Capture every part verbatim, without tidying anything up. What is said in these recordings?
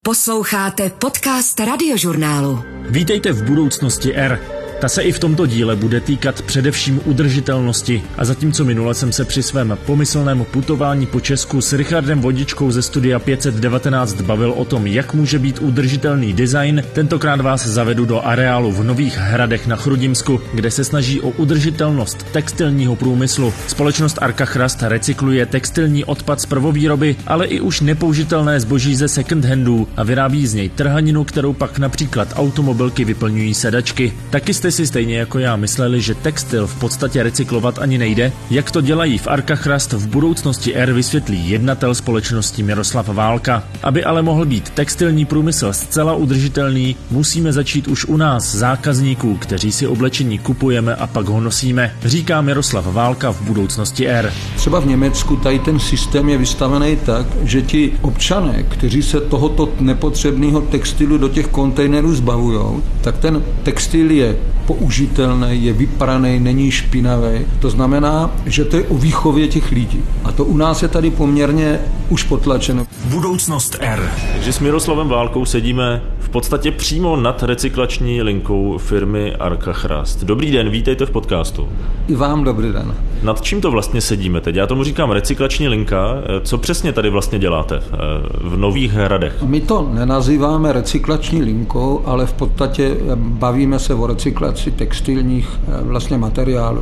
Posloucháte podcast Radiožurnálu. Vítejte v budoucnosti R. Ta se i v tomto díle bude týkat především udržitelnosti. A zatímco minule jsem se při svém pomyslném putování po Česku s Richardem Vodičkou ze studia pět set devatenáct bavil o tom, jak může být udržitelný design, tentokrát vás zavedu do areálu v Nových Hradech na Chrudimsku, kde se snaží o udržitelnost textilního průmyslu. Společnost Arka Chrast recykluje textilní odpad z prvovýroby, ale i už nepoužitelné zboží ze second handů a vyrábí z něj trhaninu, kterou pak například automobilky vyplňují sedačky. Taky jste si stejně jako já mysleli, že textil v podstatě recyklovat ani nejde? Jak to dělají v Arka Chrast v budoucnosti R, vysvětlí jednatel společnosti Miroslav Válka. Aby ale mohl být textilní průmysl zcela udržitelný, musíme začít už u nás, zákazníků, kteří si oblečení kupujeme a pak ho nosíme, říká Miroslav Válka v budoucnosti R. Třeba v Německu tady ten systém je vystavený tak, že ti občané, kteří se tohoto nepotřebného textilu do těch kontejnerů zbavujou, tak ten textil je použitelný, je vypraný, není špinavý. To znamená, že to je o výchově těch lidí. A to u nás je tady poměrně už potlačeno. Budoucnost R. Takže s Miroslavem Válkou sedíme v podstatě přímo nad recyklační linkou firmy Arka Chrast. Dobrý den, vítejte v podcastu. I vám dobrý den. Nad čím to vlastně sedíme teď? Já tomu říkám recyklační linka. Co přesně tady vlastně děláte v Nových Hradech? My to nenazýváme recyklační linkou, ale v podstatě bavíme se o recyklaci textilních vlastně materiálů.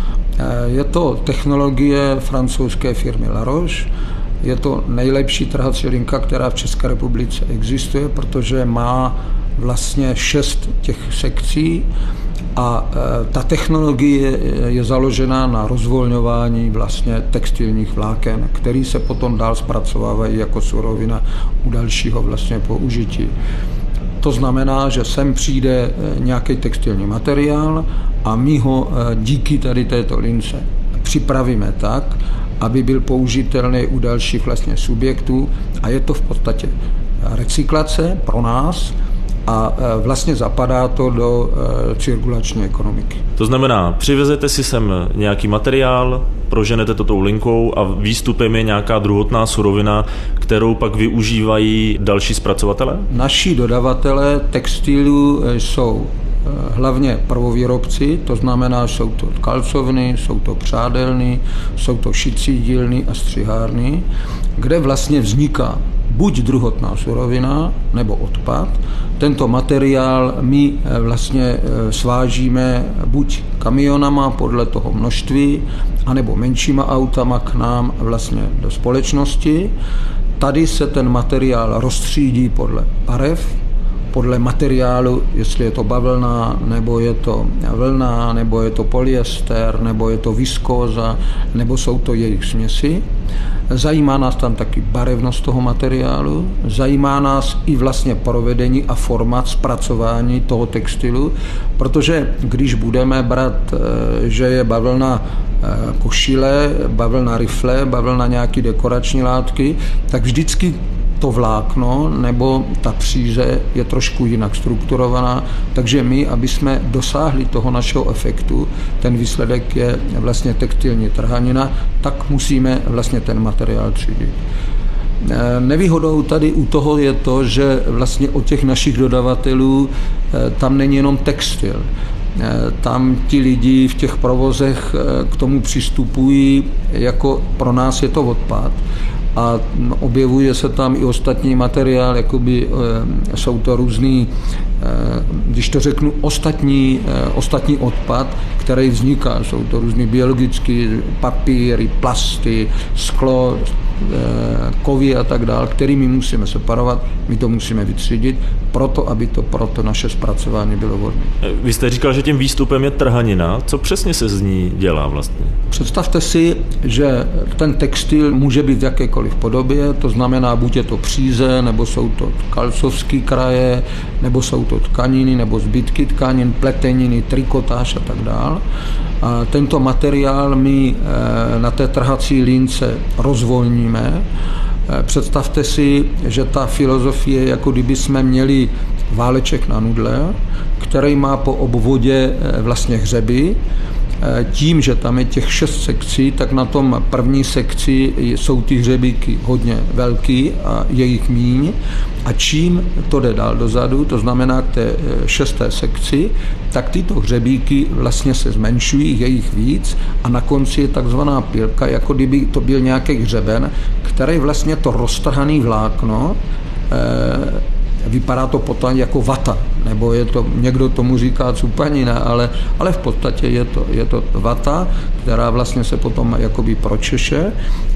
Je to technologie francouzské firmy La Roche. Je to nejlepší trhací linka, která v České republice existuje, protože má vlastně šest těch sekcí a ta technologie je založená na rozvolňování vlastně textilních vláken, který se potom dál zpracovávají jako surovina u dalšího vlastně použití. To znamená, že sem přijde nějaký textilní materiál a my ho díky tady této lince připravíme tak, aby byl použitelný u dalších vlastně subjektů a je to v podstatě recyklace pro nás a vlastně zapadá to do cirkulační ekonomiky. To znamená, přivezete si sem nějaký materiál, proženete to tou linkou a výstupem je nějaká druhotná surovina, kterou pak využívají další zpracovatele? Naši dodavatelé textilu jsou hlavně prvovýrobci, to znamená, jsou to kalcovny, jsou to přádelny, jsou to šicí dílny a střihárny, kde vlastně vzniká buď druhotná surovina nebo odpad. Tento materiál my vlastně svážíme buď kamionama podle toho množství, anebo menšíma autama k nám vlastně do společnosti. Tady se ten materiál rozstřídí podle barev, podle materiálu, jestli je to bavlna, nebo je to vlna, nebo je to polyester, nebo je to viskóza, nebo jsou to jejich směsi. Zajímá nás tam taky barevnost toho materiálu, zajímá nás i vlastně provedení a format zpracování toho textilu, protože když budeme brát, že je bavlna košile, bavlna rifle, bavlna nějaký dekorační látky, tak vždycky to vlákno nebo ta příze je trošku jinak strukturovaná, takže my, aby jsme dosáhli toho našeho efektu, ten výsledek je vlastně textilní trhanina, tak musíme vlastně ten materiál třídit. Nevýhodou tady u toho je to, že vlastně od těch našich dodavatelů tam není jenom textil. Tam ti lidi v těch provozech k tomu přistupují, jako pro nás je to odpad. A objevuje se tam i ostatní materiál, jakoby e, jsou to různý, e, když to řeknu, ostatní, e, ostatní odpad, který vzniká. Jsou to různý biologický papíry, plasty, sklo, e, kovy a tak dále, který my musíme separovat, my to musíme vytřídit, proto, aby to pro to naše zpracování bylo vhodné. Vy jste říkal, že tím výstupem je trhanina. Co přesně se z ní dělá vlastně? Představte si, že ten textil může být v jakékoliv podobě, to znamená, buď je to příze, nebo jsou to kalcovské kraje, nebo jsou to tkaniny, nebo zbytky tkanin, pleteniny, trikotáž a tak dále. A tento materiál my na té trhací lince rozvolníme. Představte si, že ta filozofie, jako kdyby jsme měli váleček na nudle, který má po obvodě vlastně hřeby. tím, že tam je těch šest sekcí, tak na tom první sekci jsou ty hřebíky hodně velký a je jich míň. A čím to jde dál dozadu, to znamená k té šesté sekci, tak tyto hřebíky vlastně se zmenšují, je jich víc a na konci je takzvaná pilka, jako kdyby to byl nějaký hřeben, který vlastně to roztrhaný vlákno, eh, vypadá to potom jako vata, nebo je to, někdo tomu říká cupanina, ale, ale v podstatě je to, je to vata, která vlastně se potom jakoby pročeše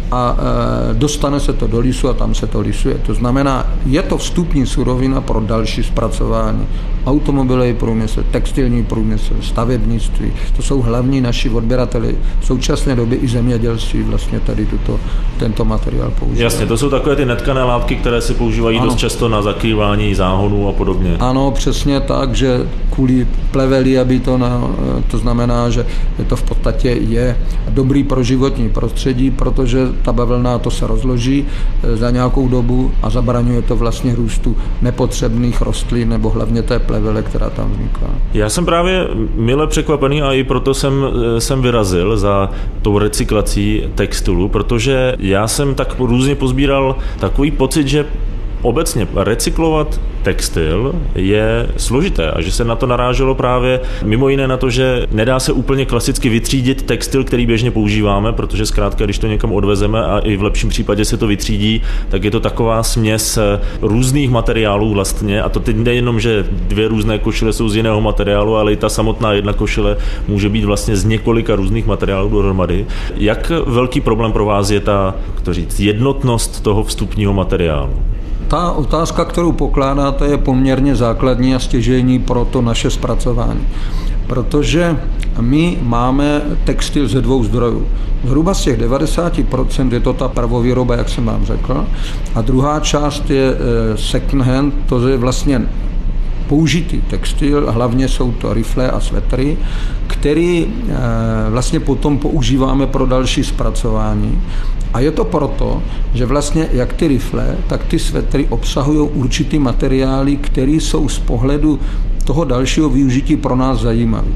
a e, dostane se to do lisu a tam se to lisuje. To znamená, je to vstupní surovina pro další zpracování. Automobilový průmysl, textilní průmysl, stavebnictví, to jsou hlavní naši odběrateli. V současné době i zemědělství vlastně tady tuto, tento materiál používá. Jasně, to jsou takové ty netkané látky, které se používají ano. dost často na zakrývání záhonů a podobně. Ano, přesně tak, že kvůli pleveli, aby to, na, to znamená, že to v podstatě je dobrý pro životní prostředí, protože ta bavlna to se rozloží za nějakou dobu a zabraňuje to vlastně růstu nepotřebných rostlin nebo hlavně té plevele, která tam vzniká. Já jsem právě mile překvapený a i proto jsem, jsem vyrazil za tou recyklací textilu, protože já jsem tak různě pozbíral takový pocit, že obecně recyklovat textil je složité a že se na to naráželo právě mimo jiné na to, že nedá se úplně klasicky vytřídit textil, který běžně používáme, protože zkrátka, když to někam odvezeme a i v lepším případě se to vytřídí, tak je to taková směs různých materiálů vlastně a to teď nejenom, že dvě různé košile jsou z jiného materiálu, ale i ta samotná jedna košile může být vlastně z několika různých materiálů dohromady. Jak velký problém pro vás je ta, to říct, jednotnost toho vstupního materiálu? Ta otázka, kterou pokládáte, je poměrně základní a stěžejní pro to naše zpracování. Protože my máme textil ze dvou zdrojů. Zhruba z těch devadesát procent je to ta prvovýroba, jak jsem vám řekl, a druhá část je second hand, to je vlastně použitý textil, hlavně jsou to rifle a svetry, který vlastně potom používáme pro další zpracování. A je to proto, že vlastně jak ty rifle, tak ty svetry obsahují určitý materiály, které jsou z pohledu toho dalšího využití pro nás zajímavé.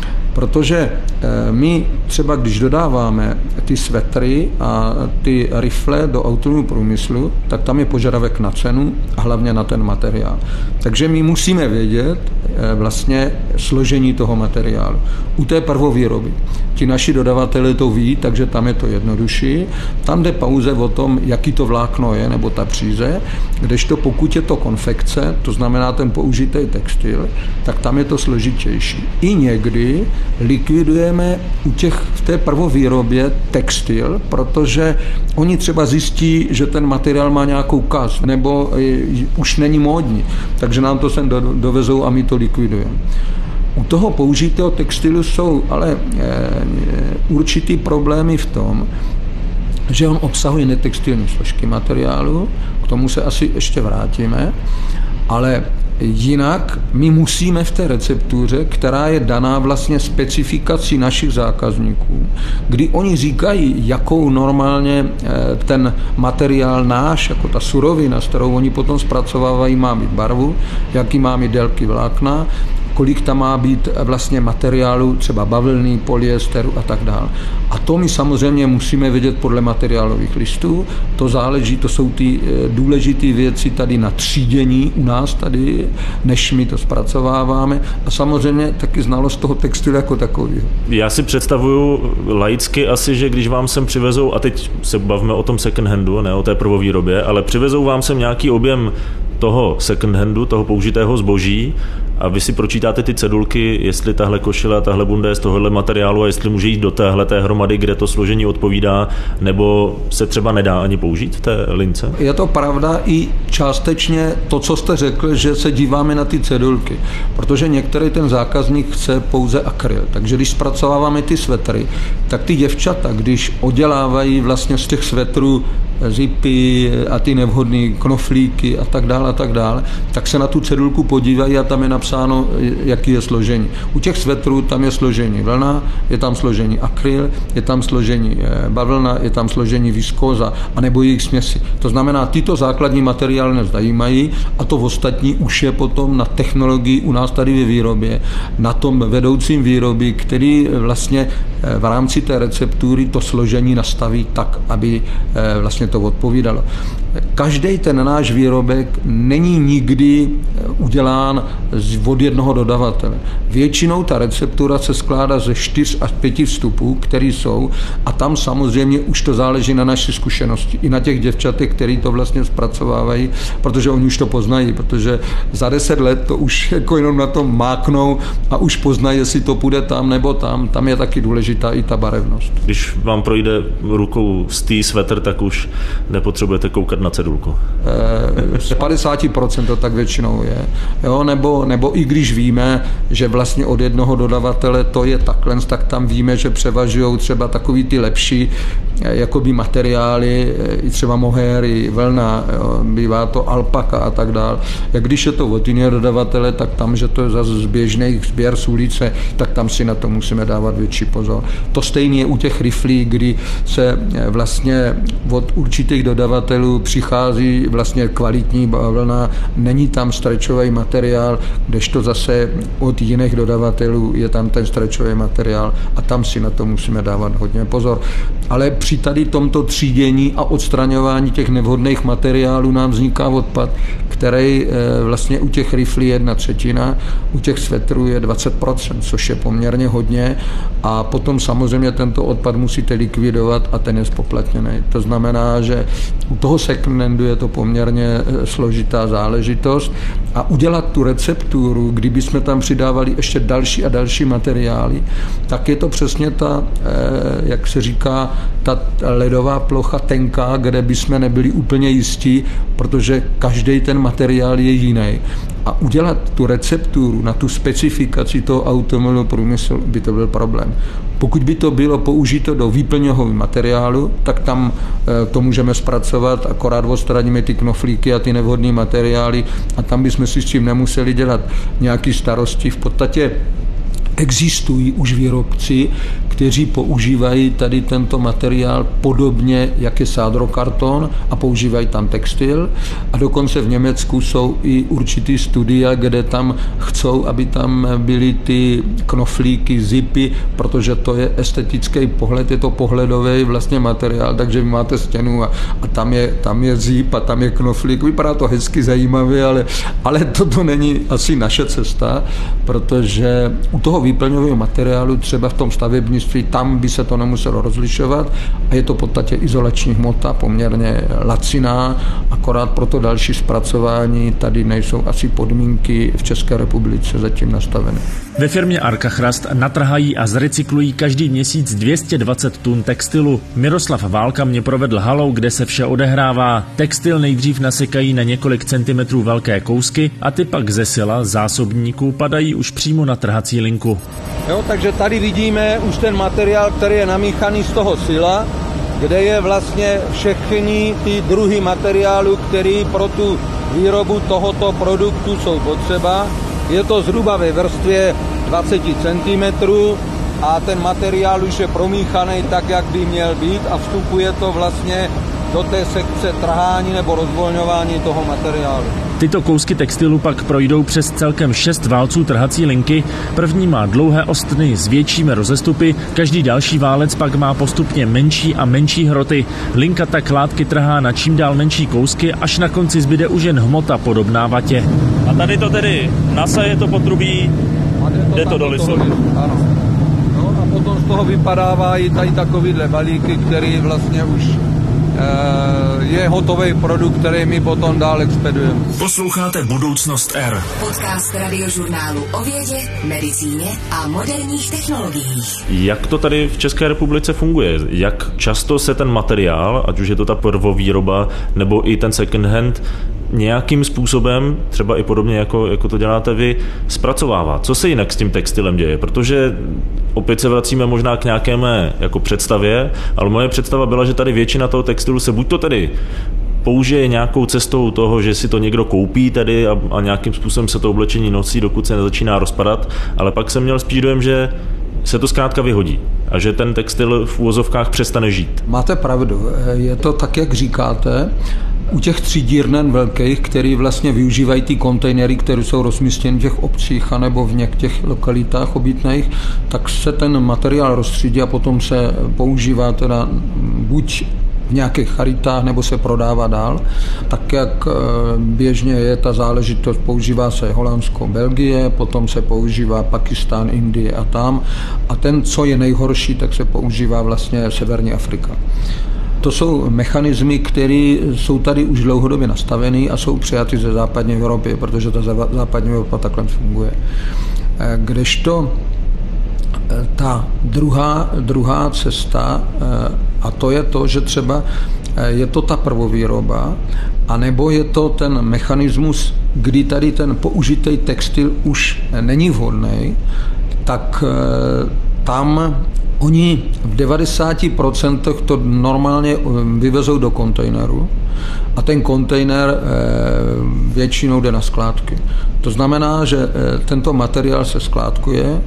Protože my třeba, když dodáváme ty svetry a ty rifle do automobilového průmyslu, tak tam je požadavek na cenu a hlavně na ten materiál. Takže my musíme vědět vlastně složení toho materiálu. U té prvovýroby. Ti naši dodavatelé to ví, takže tam je to jednodušší. Tam jde pouze o tom, jaký to vlákno je, nebo ta příze, kdežto pokud je to konfekce, to znamená ten použitý textil, tak tam je to složitější. I někdy likvidujeme u těch v té prvovýrobě textil, protože oni třeba zjistí, že ten materiál má nějakou kaz, nebo už není módní, takže nám to sem dovezou a my to likvidujeme. U toho použitého textilu jsou ale e, určitý problémy v tom, že on obsahuje netextilní složky materiálu, k tomu se asi ještě vrátíme, ale jinak my musíme v té receptuře, která je daná vlastně specifikací našich zákazníků, kdy oni říkají, jakou normálně ten materiál náš, jako ta surovina, s kterou oni potom zpracovávají, má mít barvu, jaký má mít délky vlákna, kolik tam má být vlastně materiálu, třeba bavlny, polyesteru a tak dále. A to my samozřejmě musíme vědět podle materiálových listů. To záleží, to jsou ty důležité věci tady na třídění u nás tady, než my to zpracováváme. A samozřejmě taky znalost toho textilu jako takového. Já si představuju laicky asi, že když vám sem přivezou, a teď se bavíme o tom second handu, ne o té prvovýrobě, ale přivezou vám sem nějaký objem toho second handu, toho použitého zboží a vy si pročítáte ty cedulky, jestli tahle košile a tahle bunda je z tohohle materiálu a jestli může jít do téhle té hromady, kde to složení odpovídá, nebo se třeba nedá ani použít v té lince? Je to pravda i částečně to, co jste řekl, že se díváme na ty cedulky, protože některý ten zákazník chce pouze akryl. Takže když zpracováváme ty svetry, tak ty děvčata, když odělávají vlastně z těch svetrů zipy a ty nevhodné knoflíky a tak dále a tak dále, tak se na tu cedulku podívají a tam je napsáno, jaký je složení. U těch svetrů tam je složení vlna, je tam složení akryl, je tam složení bavlna, je tam složení viskóza, anebo jejich směsi. To znamená, tyto základní materiály nás zajímají a to ostatní už je potom na technologii u nás tady ve výrobě, na tom vedoucím výroby, který vlastně v rámci té receptury to složení nastaví tak, aby vlastně to odpovídalo. Každý ten náš výrobek není nikdy udělán od jednoho dodavatele. Většinou ta receptura se skládá ze čtyř až pěti vstupů, které jsou, a tam samozřejmě už to záleží na naší zkušenosti. I na těch děvčatech, který to vlastně zpracovávají, protože oni už to poznají, protože za deset let to už jako jenom na tom máknou a už poznají, jestli to půjde tam nebo tam. Tam je taky důležitá i ta barevnost. Když vám projde rukou stý svetr, tak už nepotřebujete koukat na cedulku. Z padesát procent to tak většinou je. Jo, nebo, nebo i když víme, že vlastně od jednoho dodavatele to je takhle, tak tam víme, že převažují třeba takový ty lepší jakoby materiály, i třeba mohair, i vlna, jo, bývá to alpaka a tak dále. Jak když je to od jiného dodavatele, tak tam, že to je zase z běžných sběr z ulice, tak tam si na to musíme dávat větší pozor. To stejné je u těch riflí, kdy se vlastně od určitých dodavatelů přichází vlastně kvalitní bavlna, není tam stretchový materiál, kdežto zase od jiných dodavatelů je tam ten stretchový materiál a tam si na to musíme dávat hodně pozor. Ale při tady tomto třídění a odstraňování těch nevhodných materiálů nám vzniká odpad, který vlastně u těch riflí je jedna třetina, u těch svetrů je dvacet procent, což je poměrně hodně, a potom samozřejmě tento odpad musíte likvidovat a ten je spoplatněný. To znamená, že u toho second handu je to poměrně složitá záležitost a udělat tu recepturu, kdyby jsme tam přidávali ještě další a další materiály, tak je to přesně ta, jak se říká, ta ledová plocha tenká, kde bychom nebyli úplně jistí, protože každý ten materiál je jiný. A udělat tu recepturu na tu specifikaci toho automobilového průmyslu by to byl problém. Pokud by to bylo použito do výplňového materiálu, tak tam to můžeme zpracovat, akorát odstraníme ty knoflíky a ty nevhodné materiály a tam bychom si s tím nemuseli dělat nějaké starosti. V podstatě existují už výrobci, kteří používají tady tento materiál podobně, jak je sádrokarton, a používají tam textil. A dokonce v Německu jsou i určitý studia, kde tam chcou, aby tam byly ty knoflíky, zipy, protože to je estetický pohled, je to pohledový vlastně materiál, takže vy máte stěnu a, a tam, je, tam je zip a tam je knoflík. Vypadá to hezky zajímavě, ale, ale toto není asi naše cesta, protože u toho výplňového materiálu třeba v tom stavebnictví tam by se to nemuselo rozlišovat a je to v podstatě izolační hmota, poměrně laciná, akorát pro to další zpracování tady nejsou asi podmínky v České republice zatím nastaveny. Ve firmě Arka Chrast natrhají a zrecyklují každý měsíc dvě stě dvacet tun textilu. Miroslav Válka mě provedl halou, kde se vše odehrává. Textil nejdřív nasekají na několik centimetrů velké kousky a ty pak ze sila zásobníků padají už přímo na trhací linku. Jo, takže tady vidíme už ten materiál, který je namíchaný z toho sila, kde je vlastně všechny ty druhy materiálu, který pro tu výrobu tohoto produktu jsou potřeba. Je to zhruba ve vrstvě dvacet centimetrů a ten materiál už je promíchaný tak, jak by měl být, a vstupuje to vlastně do té sekce trhání nebo rozvolňování toho materiálu. Tyto kousky textilu pak projdou přes celkem šest válců trhací linky. První má dlouhé ostny s většími rozestupy, každý další válec pak má postupně menší a menší hroty. Linka tak látky trhá na čím dál menší kousky, až na konci zbyde už jen hmota podobná vatě. A tady to tedy nasaje to potrubí, jde to do lisu. Ano. No a potom z toho vypadávají tady takovýhle balíky, který vlastně už je hotový produkt, který my potom dál expedujeme. Posloucháte Budoucnost R. Podcast radiožurnálu o vědě, medicíně a moderních technologiích. Jak to tady v České republice funguje? Jak často se ten materiál, ať už je to ta prvovýroba nebo i ten second hand, nějakým způsobem, třeba i podobně jako, jako to děláte vy, zpracovává. Co se jinak s tím textilem děje? Protože opět se vracíme možná k nějaké mé jako představě, ale moje představa byla, že tady většina toho textilu se buď to tedy použije nějakou cestou toho, že si to někdo koupí tady a, a nějakým způsobem se to oblečení nosí, dokud se nezačíná rozpadat, ale pak jsem měl spíš dojem, že se to zkrátka vyhodí a že ten textil v uvozovkách přestane žít. Máte pravdu, je to tak, jak říkáte. U těch třídírnen velkých, který vlastně využívají ty kontejnery, které jsou rozmístěny v těch obcích anebo v některých lokalitách obytných, tak se ten materiál rozstřídí a potom se používá teda buď v nějakých charitách nebo se prodává dál. Tak jak běžně je ta záležitost, používá se Holandsko, Belgie, potom se používá Pakistán, Indie a tam. A ten, co je nejhorší, tak se používá vlastně Severní Afrika. To jsou mechanismy, které jsou tady už dlouhodobě nastavený a jsou přijaty ze západní Evropy, protože ta západní Evropa takhle funguje. Kdežto ta druhá, druhá cesta, a to je to, že třeba je to ta prvovýroba, anebo je to ten mechanismus, kdy tady ten použitý textil už není vhodný, tak tam oni v devadesáti procentech to normálně vyvezou do kontejneru a ten kontejner většinou jde na skládky. To znamená, že tento materiál se skládkuje,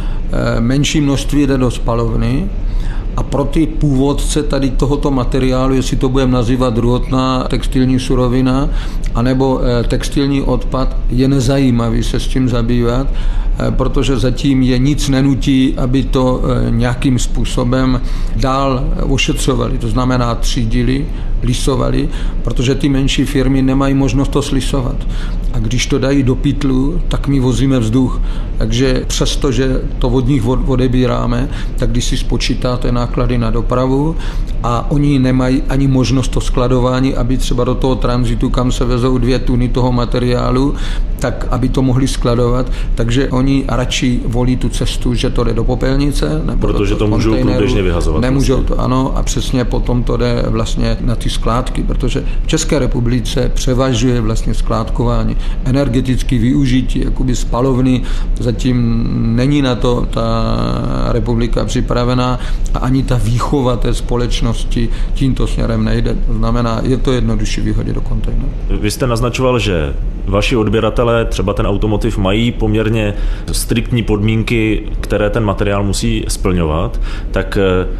menší množství jde do spalovny a pro ty původce tady tohoto materiálu, jestli to budeme nazývat druhotná textilní surovina anebo textilní odpad, je nezajímavý se s tím zabývat, protože zatím je nic nenutí, aby to nějakým způsobem dál ošetřovali. To znamená třídili, lisovali, protože ty menší firmy nemají možnost to slisovat. A když to dají do pytlu, tak my vozíme vzduch. Takže přesto, že to od nich odebíráme, tak když si spočítáte náklady na dopravu a oni nemají ani možnost to skladování, aby třeba do toho tranzitu, kam se vezou dvě tuny toho materiálu, tak aby to mohli skladovat. Takže oni radši volí tu cestu, že to jde do popelnice. Nebo protože do to můžou průběžně vyhazovat. Nemůžou to, ano, a přesně potom to jde vlastně na ty skládky, protože v České republice převažuje vlastně skládkování. Energetické využití, jakoby spalovny, zatím není na to ta republika připravená a ani ta výchova té společnosti tímto směrem nejde. To znamená, je to jednodušší vyhodit do kontejneru. Vy jste naznačoval, že vaši odběratelé, třeba ten automotiv, mají poměrně striktní podmínky, které ten materiál musí splňovat, tak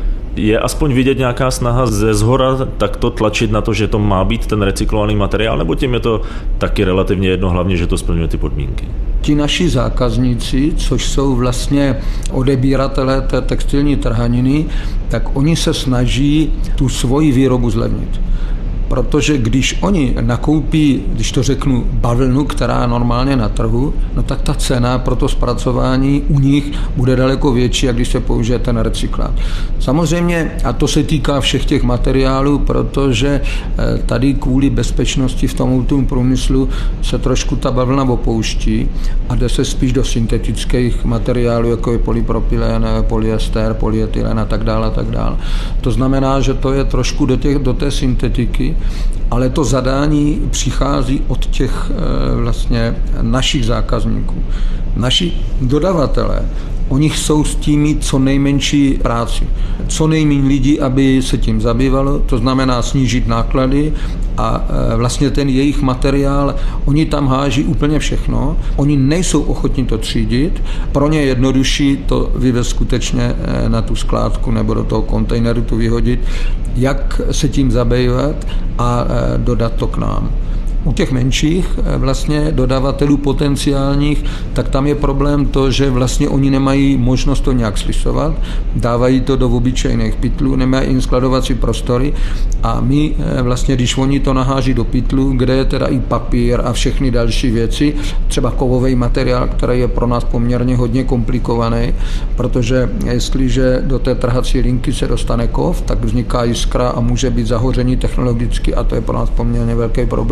je aspoň vidět nějaká snaha ze zhora takto tlačit na to, že to má být ten recyklovaný materiál, nebo tím je to taky relativně jedno, hlavně, že to splňuje ty podmínky? Ti naši zákazníci, což jsou vlastně odebíratelé té textilní trhaniny, tak oni se snaží tu svoji výrobu zlevnit. Protože když oni nakoupí, když to řeknu, bavlnu, která je normálně na trhu, no tak ta cena pro to zpracování u nich bude daleko větší, jak když se použije ten recyklát. Samozřejmě, a to se týká všech těch materiálů, protože tady kvůli bezpečnosti v tom ultimum průmyslu se trošku ta bavlna opouští a jde se spíš do syntetických materiálů, jako je polypropylen, polyester, polyetylen a tak dále, a tak dále. To znamená, že to je trošku do, těch, do té syntetiky, ale to zadání přichází od těch vlastně našich zákazníků. Naši dodavatelé, oni jsou s tím mít co nejmenší práci. Co nejméně lidí, aby se tím zabývalo, to znamená snížit náklady a vlastně ten jejich materiál, oni tam háží úplně všechno, oni nejsou ochotní to třídit, pro ně je jednodušší to vyvést skutečně na tu skládku nebo do toho kontejneru to vyhodit, jak se tím zabývat a dodat to k nám. U těch menších vlastně dodavatelů potenciálních, tak tam je problém to, že vlastně oni nemají možnost to nějak slisovat, dávají to do obyčejných pytlů, nemají jim skladovací prostory a my vlastně, když oni to naháží do pytlu, kde je teda i papír a všechny další věci, třeba kovový materiál, který je pro nás poměrně hodně komplikovaný, protože jestliže do té trhací linky se dostane kov, tak vzniká jiskra a může být zahoření technologicky a to je pro nás poměrně velký problém.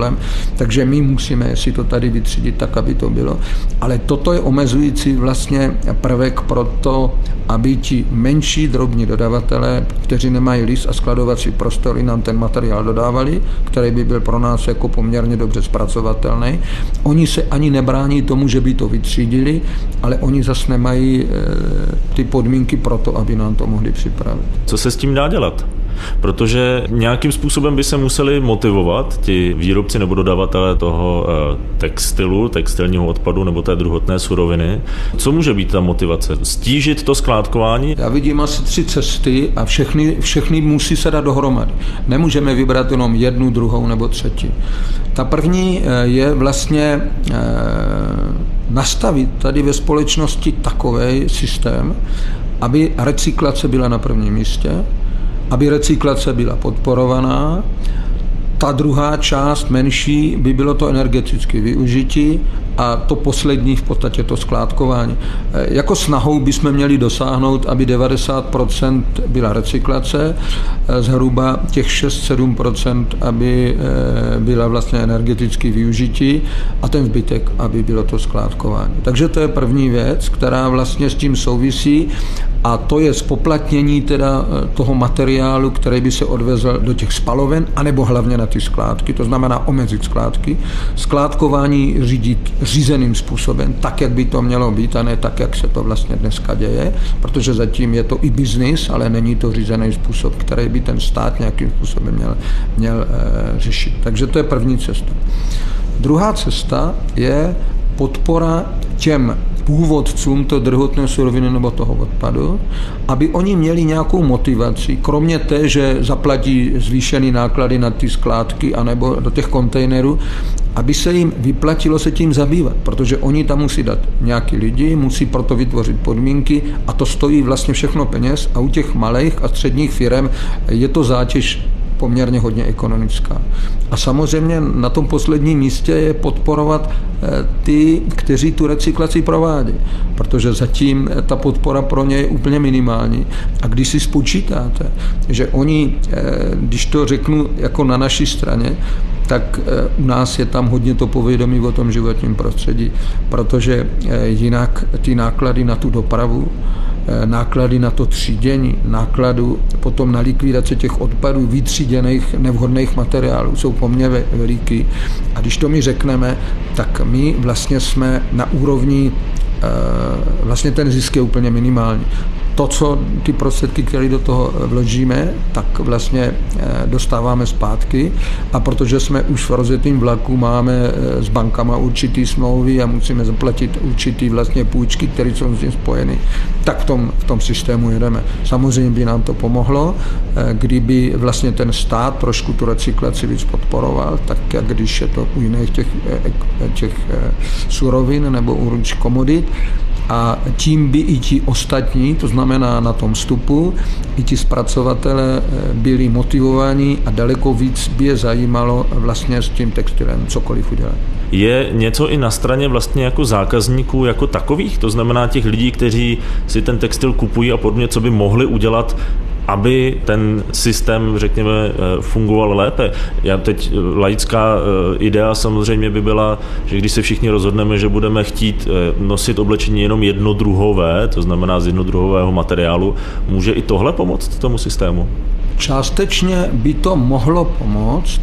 takže my musíme si to tady vytřídit tak, aby to bylo. Ale toto je omezující vlastně prvek pro to, aby ti menší drobní dodavatelé, kteří nemají list a skladovací prostory, nám ten materiál dodávali, který by byl pro nás jako poměrně dobře zpracovatelný. Oni se ani nebrání tomu, že by to vytřídili, ale oni zase nemají e, ty podmínky pro to, aby nám to mohli připravit. Co se s tím dá dělat? Protože nějakým způsobem by se museli motivovat ti výrobci nebo dodavatelé toho textilu, textilního odpadu nebo té druhotné suroviny. Co může být ta motivace? Stížit to skládkování? Já vidím asi tři cesty a všechny, všechny musí se dát dohromady. Nemůžeme vybrat jenom jednu, druhou nebo třetí. Ta první je vlastně nastavit tady ve společnosti takový systém, aby recyklace byla na prvním místě, aby recyklace byla podporovaná. Ta druhá část, menší, by bylo to energetické využití a to poslední v podstatě to skládkování. Jako snahou bychom měli dosáhnout, aby devadesát procent byla recyklace, zhruba těch šest sedm procent, aby byla vlastně energetické využití a ten zbytek, aby bylo to skládkování. Takže to je první věc, která vlastně s tím souvisí a to je zpoplatnění teda toho materiálu, který by se odvezl do těch spaloven, anebo hlavně na ty skládky, to znamená omezit skládky. Skládkování řídit řízeným způsobem, tak, jak by to mělo být, a ne tak, jak se to vlastně dneska děje, protože zatím je to i biznis, ale není to řízený způsob, který by ten stát nějakým způsobem měl, měl e, řešit. Takže to je první cesta. Druhá cesta je podpora těm původcům to druhotné suroviny nebo toho odpadu, aby oni měli nějakou motivaci, kromě té, že zaplatí zvýšené náklady na ty skládky anebo do těch kontejnerů, aby se jim vyplatilo se tím zabývat, protože oni tam musí dát nějaký lidi, musí proto vytvořit podmínky a to stojí vlastně všechno peněz a u těch malých a středních firem je to zátěž poměrně hodně ekonomická. A samozřejmě na tom posledním místě je podporovat ty, kteří tu recyklaci provádí, protože zatím ta podpora pro ně je úplně minimální. A když si spočítáte, že oni, když to řeknu jako na naší straně, tak u nás je tam hodně to povědomí o tom životním prostředí, protože jinak ty náklady na tu dopravu, náklady na to třídění, nákladu potom na likvidaci těch odpadů vytříděných nevhodných materiálů jsou poměrně veliký. A když to my řekneme, tak my vlastně jsme na úrovni, vlastně ten zisk je úplně minimální. To, co ty prostředky, které do toho vložíme, tak vlastně dostáváme zpátky a protože jsme už v rozjetém vlaku, máme s bankama určitý smlouvy a musíme zaplatit určitý vlastně půjčky, které jsou s tím spojeny, tak v tom, v tom systému jedeme. Samozřejmě by nám to pomohlo, kdyby vlastně ten stát trošku tu recyklaci víc podporoval, tak jak když je to u jiných těch, těch surovin nebo u komodit, a tím by i ti ostatní, to znamená na tom vstupu, i ti zpracovatelé byli motivováni a daleko víc by je zajímalo vlastně s tím textilem cokoliv udělat. Je něco i na straně vlastně jako zákazníků jako takových? To znamená těch lidí, kteří si ten textil kupují a podobně, co by mohli udělat, aby ten systém, řekněme, fungoval lépe. Já teď laická idea samozřejmě by byla, že když se všichni rozhodneme, že budeme chtít nosit oblečení jenom jednodruhové, to znamená z jednodruhového materiálu, může i tohle pomoct tomu systému? Částečně by to mohlo pomoct,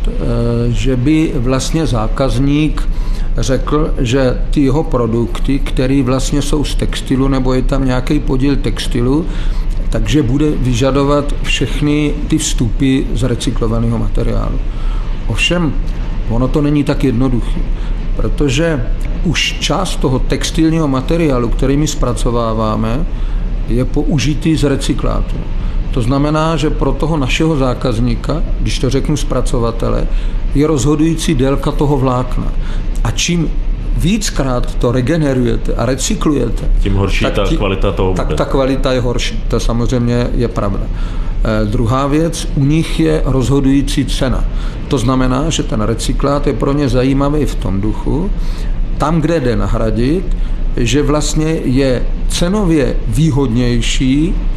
že by vlastně zákazník řekl, že ty jeho produkty, které vlastně jsou z textilu nebo je tam nějaký podíl textilu, takže bude vyžadovat všechny ty vstupy z recyklovaného materiálu. Ovšem, ono to není tak jednoduché, protože už část toho textilního materiálu, který my zpracováváme, je použitý z recyklátu. To znamená, že pro toho našeho zákazníka, když to řeknu zpracovatele, je rozhodující délka toho vlákna. A čím víckrát to regenerujete a recyklujete, tím horší ta tí, kvalita toho tak bude. Ta kvalita je horší. To samozřejmě je pravda. E, druhá věc, u nich je rozhodující cena. To znamená, že ten recyklát je pro ně zajímavý v tom duchu, tam, kde jde nahradit, že vlastně je cenově výhodnější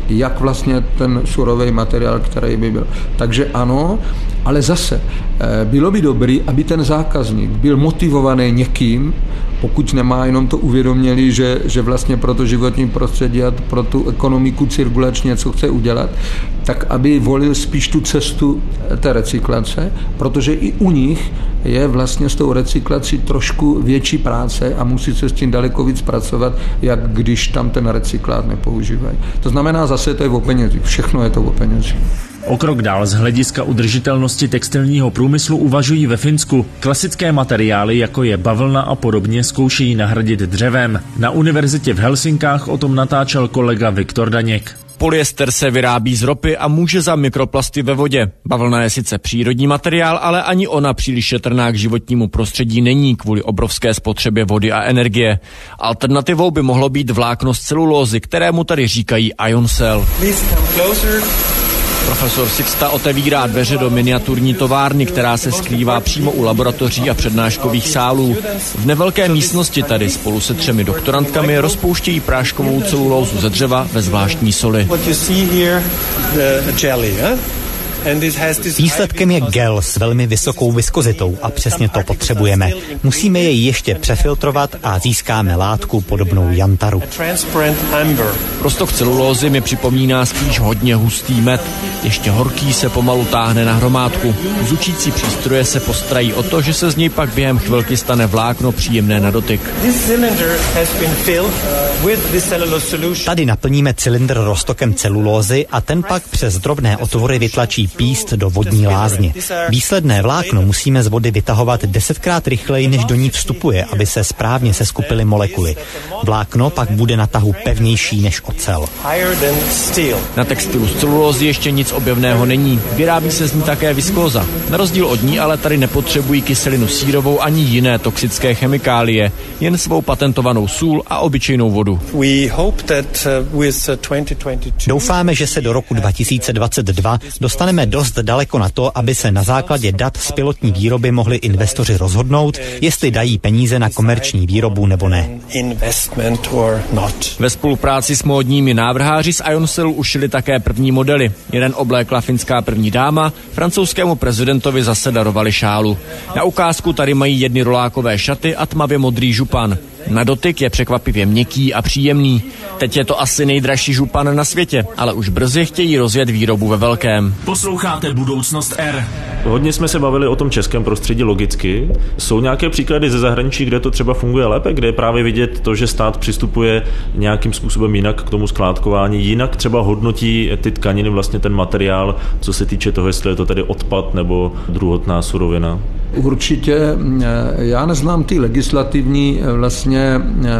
jak vlastně ten surový materiál, který by byl. Takže ano, ale zase bylo by dobré, aby ten zákazník byl motivovaný někým, pokud nemá jenom to uvědoměli, že, že vlastně pro to životní prostředí a pro tu ekonomiku cirkulační něco chce udělat, tak aby volil spíš tu cestu té recyklace, protože i u nich je vlastně s tou recyklací trošku větší práce a musí se s tím daleko víc pracovat, jak když tam ten recyklát nepoužívají. To znamená zase, to je o penězích, všechno je to o penězích. O krok dál z hlediska udržitelnosti textilního průmyslu uvažují ve Finsku. Klasické materiály, jako je bavlna a podobně, zkoušejí nahradit dřevem. Na univerzitě v Helsinkách o tom natáčel kolega Viktor Daněk. Polyester se vyrábí z ropy a může za mikroplasty ve vodě. Bavlna je sice přírodní materiál, ale ani ona příliš šetrná k životnímu prostředí není kvůli obrovské spotřebě vody a energie. Alternativou by mohlo být vlákno z celulózy, kterému tady říkají Ioncell. Profesor Sixta otevírá dveře do miniaturní továrny, která se skrývá přímo u laboratoří a přednáškových sálů. V nevelké místnosti tady spolu se třemi doktorantkami rozpouštějí práškovou celulózu ze dřeva ve zvláštní soli. Výsledkem je gel s velmi vysokou viskozitou a přesně to potřebujeme. Musíme jej ještě přefiltrovat a získáme látku podobnou jantaru. Roztok celulózy mi připomíná spíš hodně hustý med. Ještě horký se pomalu táhne na hromádku. Zučící přístroje se postarají o to, že se z něj pak během chvilky stane vlákno příjemné na dotyk. Tady naplníme cylindr roztokem celulózy a ten pak přes drobné otvory vytlačí píst do vodní lázně. Výsledné vlákno musíme z vody vytahovat desetkrát rychleji, než do ní vstupuje, aby se správně seskupily molekuly. Vlákno pak bude na tahu pevnější než ocel. Na textilu z celulózy ještě nic objevného není. Vyrábí se z ní také viskóza. Na rozdíl od ní ale tady nepotřebují kyselinu sírovou ani jiné toxické chemikálie, jen svou patentovanou sůl a obyčejnou vodu. Doufáme, že se do roku dva tisíce dvacet dva dostaneme dost daleko na to, aby se na základě dat z pilotní výroby mohli investoři rozhodnout, jestli dají peníze na komerční výrobu nebo ne. Ve spolupráci s módními návrháři z Ioncell ušili také první modely. Jeden oblékla finská první dáma, francouzskému prezidentovi zase darovali šálu. Na ukázku tady mají jedny rolákové šaty a tmavě modrý župan. Na dotyk je překvapivě měkký a příjemný. Teď je to asi nejdražší župan na světě, ale už brzy chtějí rozjet výrobu ve velkém. Posloucháte Budoucnost R. Hodně jsme se bavili o tom českém prostředí logicky. Jsou nějaké příklady ze zahraničí, kde to třeba funguje lépe, kde je právě vidět to, že stát přistupuje nějakým způsobem jinak k tomu skládkování, jinak třeba hodnotí ty tkaniny, vlastně ten materiál, co se týče toho, jestli je to tedy odpad nebo druhotná surovina? Určitě, já neznám ty legislativní vlastně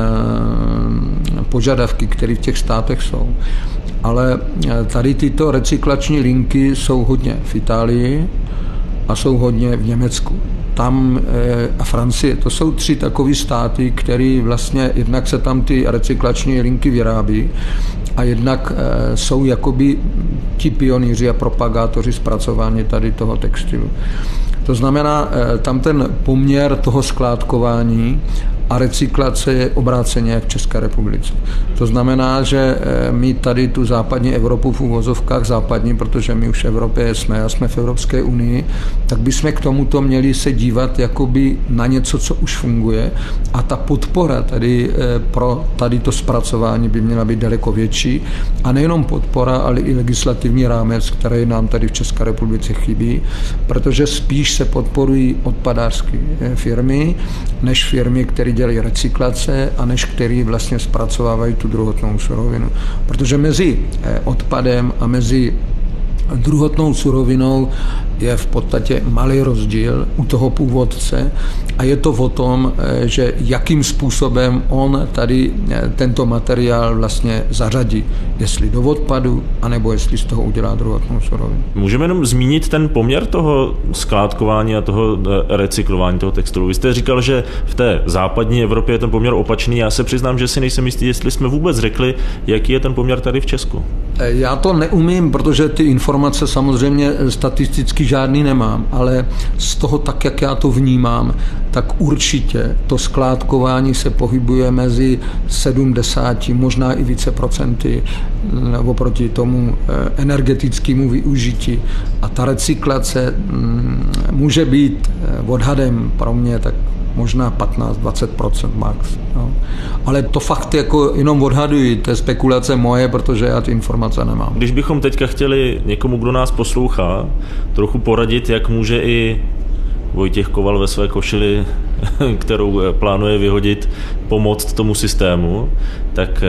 požadavky, které v těch státech jsou, ale tady tyto recyklační linky jsou hodně v Itálii a jsou hodně v Německu. Tam a Francie, to jsou tři takové státy, které vlastně jednak se tam ty recyklační linky vyrábí a jednak jsou jakoby ti pionýři a propagátoři zpracování tady toho textilu. To znamená, tam ten poměr toho skládkování a recyklace je obráceně jak v České republice. To znamená, že my tady tu západní Evropu v uvozovkách západní, protože my už v Evropě jsme a jsme v Evropské unii, tak bychom k tomuto měli se dívat jakoby na něco, co už funguje a ta podpora tady pro tady to zpracování by měla být daleko větší a nejenom podpora, ale i legislativní rámec, který nám tady v České republice chybí, protože spíš se podporují odpadářské firmy, než firmy, které dělají recyklace a než který vlastně zpracovávají tu druhotnou surovinu. Protože mezi odpadem a mezi druhotnou surovinou je v podstatě malý rozdíl u toho původce a je to o tom, že jakým způsobem on tady tento materiál vlastně zařadí, jestli do odpadu, anebo jestli z toho udělá druhotnou surovinu. Můžeme jenom zmínit ten poměr toho skládkování a toho recyklování toho textilu. Vy jste říkal, že v té západní Evropě je ten poměr opačný. Já se přiznám, že si nejsem jistý, jestli jsme vůbec řekli, jaký je ten poměr tady v Česku. Já to neumím, protože ty informace samozřejmě statisticky žádný nemám, ale z toho tak, jak já to vnímám, tak určitě to skládkování se pohybuje mezi sedmdesát, možná i více procenty oproti tomu energetickému využití. A ta recyklace může být odhadem pro mě tak možná patnáct až dvacet procent max. No. Ale to fakt jako jenom odhaduji, to je spekulace moje, protože já ty informace nemám. Když bychom teďka chtěli někomu, kdo nás poslouchá, trochu poradit, jak může i Vojtěch Koval ve své košili, kterou plánuje vyhodit, pomoct tomu systému, tak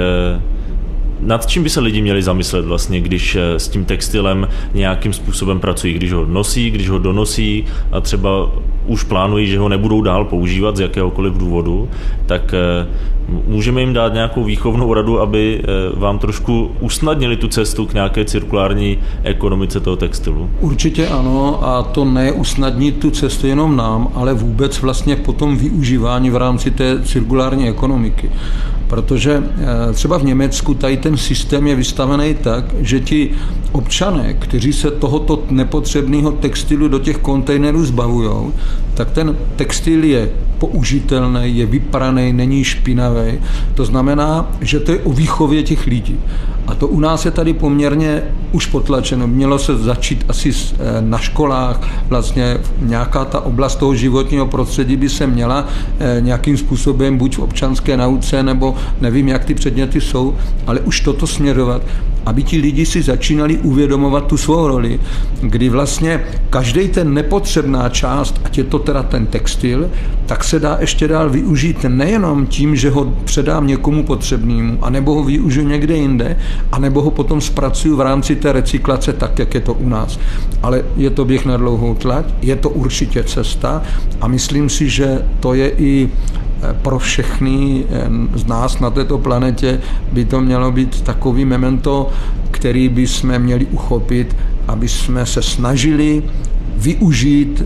nad čím by se lidi měli zamyslet vlastně, když s tím textilem nějakým způsobem pracují, když ho nosí, když ho donosí a třeba už plánují, že ho nebudou dál používat z jakéhokoliv důvodu, tak můžeme jim dát nějakou výchovnou radu, aby vám trošku usnadnili tu cestu k nějaké cirkulární ekonomice toho textilu? Určitě ano, a to ne usnadnit tu cestu jenom nám, ale vůbec vlastně potom využívání v rámci té cirkulární ekonomiky. Protože třeba v Německu tady ten systém je vystavený tak, že ti občané, kteří se tohoto nepotřebného textilu do těch kontejnerů zbavujou, tak ten textil je použitelný, je vypraný, není špinavý. To znamená, že to je o výchově těch lidí. A to u nás je tady poměrně už potlačeno. Mělo se začít asi na školách, vlastně nějaká ta oblast toho životního prostředí by se měla nějakým způsobem buď v občanské nauce, nebo nevím, jak ty předměty jsou, ale už toto směrovat, aby ti lidi si začínali uvědomovat tu svou roli, kdy vlastně každý ten nepotřebná část, ať je to teda ten textil, tak se dá ještě dál využít nejenom tím, že ho předám někomu potřebnému, anebo ho využiju někde jinde, anebo ho potom zpracuju v rámci té recyklace tak, jak je to u nás. Ale je to běh na dlouhou tlať, je to určitě cesta a myslím si, že to je i pro všechny z nás na této planetě by to mělo být takový memento, který by jsme měli uchopit, aby jsme se snažili využít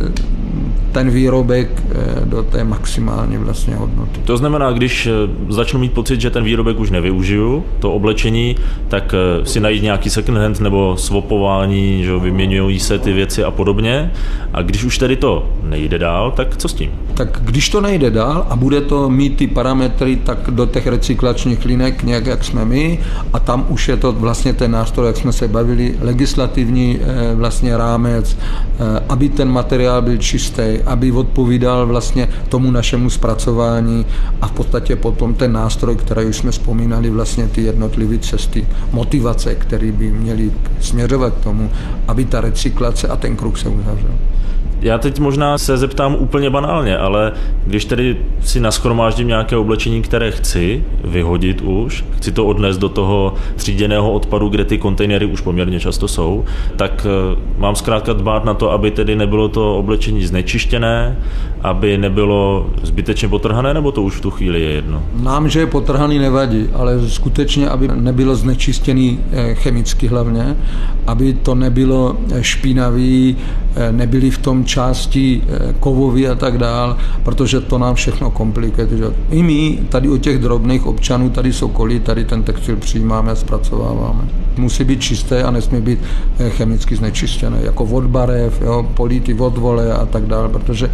ten výrobek do té maximální vlastně hodnoty. To znamená, když začnu mít pocit, že ten výrobek už nevyužiju, to oblečení, tak si najít nějaký second hand nebo swapování, že vyměňují se ty věci a podobně. A když už tedy to nejde dál, tak co s tím? Tak když to nejde dál a bude to mít ty parametry, tak do těch recyklačních linek nějak, jak jsme my, a tam už je to vlastně ten nástroj, jak jsme se bavili, legislativní vlastně rámec, aby ten materiál byl čistý, aby odpovídal vlastně tomu našemu zpracování a v podstatě potom ten nástroj, který už jsme vzpomínali, vlastně ty jednotlivé cesty, motivace, které by měly směřovat k tomu, aby ta recyklace a ten kruh se uzavřel. Já teď možná se zeptám úplně banálně, ale když tedy si nashromáždím nějaké oblečení, které chci vyhodit už, chci to odnést do toho tříděného odpadu, kde ty kontejnery už poměrně často jsou, tak mám zkrátka dbát na to, aby tedy nebylo to oblečení znečištěné, aby nebylo zbytečně potrhané, nebo to už v tu chvíli je jedno? Nám, že je potrhaný, nevadí, ale skutečně, aby nebylo znečištěný chemicky hlavně, aby to nebylo špinavý, nebyly v tom části kovový a tak dál, protože to nám všechno komplikuje. I my tady u těch drobných občanů, tady Sokolí, tady ten textil přijímáme a zpracováváme. Musí být čisté a nesmí být chemicky znečištěné, jako od barev, jo, polity od vole a tak dál, protože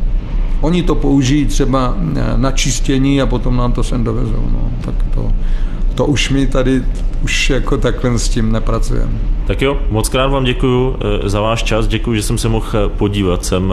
oni to použijí třeba na čištění a potom nám to sem dovezou. No, tak to, to už my tady už jako takhle s tím nepracujeme. Tak jo, moc krát vám děkuju za váš čas, děkuju, že jsem se mohl podívat sem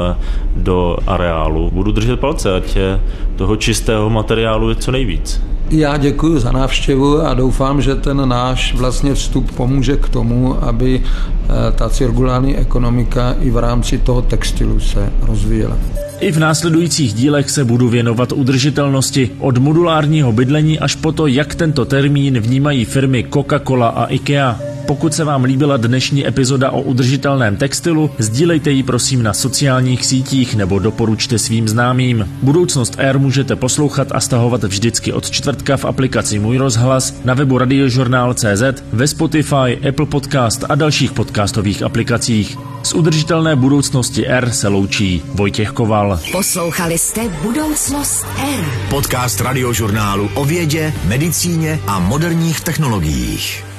do areálu. Budu držet palce, ať toho čistého materiálu je co nejvíc. Já děkuji za návštěvu a doufám, že ten náš vlastně vstup pomůže k tomu, aby ta cirkulární ekonomika i v rámci toho textilu se rozvíjela. I v následujících dílech se budu věnovat udržitelnosti, od modulárního bydlení až po to, jak tento termín vnímají firmy Coca-Cola a IKEA. Pokud se vám líbila dnešní epizoda o udržitelném textilu, sdílejte ji prosím na sociálních sítích nebo doporučte svým známým. Budoucnost Air můžete poslouchat a stahovat vždycky od čtvrtka v aplikaci Můj rozhlas, na webu radiožurnál tečka cé zet, ve Spotify, Apple Podcast a dalších podcastových aplikacích. Z udržitelné budoucnosti Air se loučí Vojtěch Koval. Poslouchali jste Budoucnost Air. Podcast radiožurnálu o vědě, medicíně a moderních technologiích.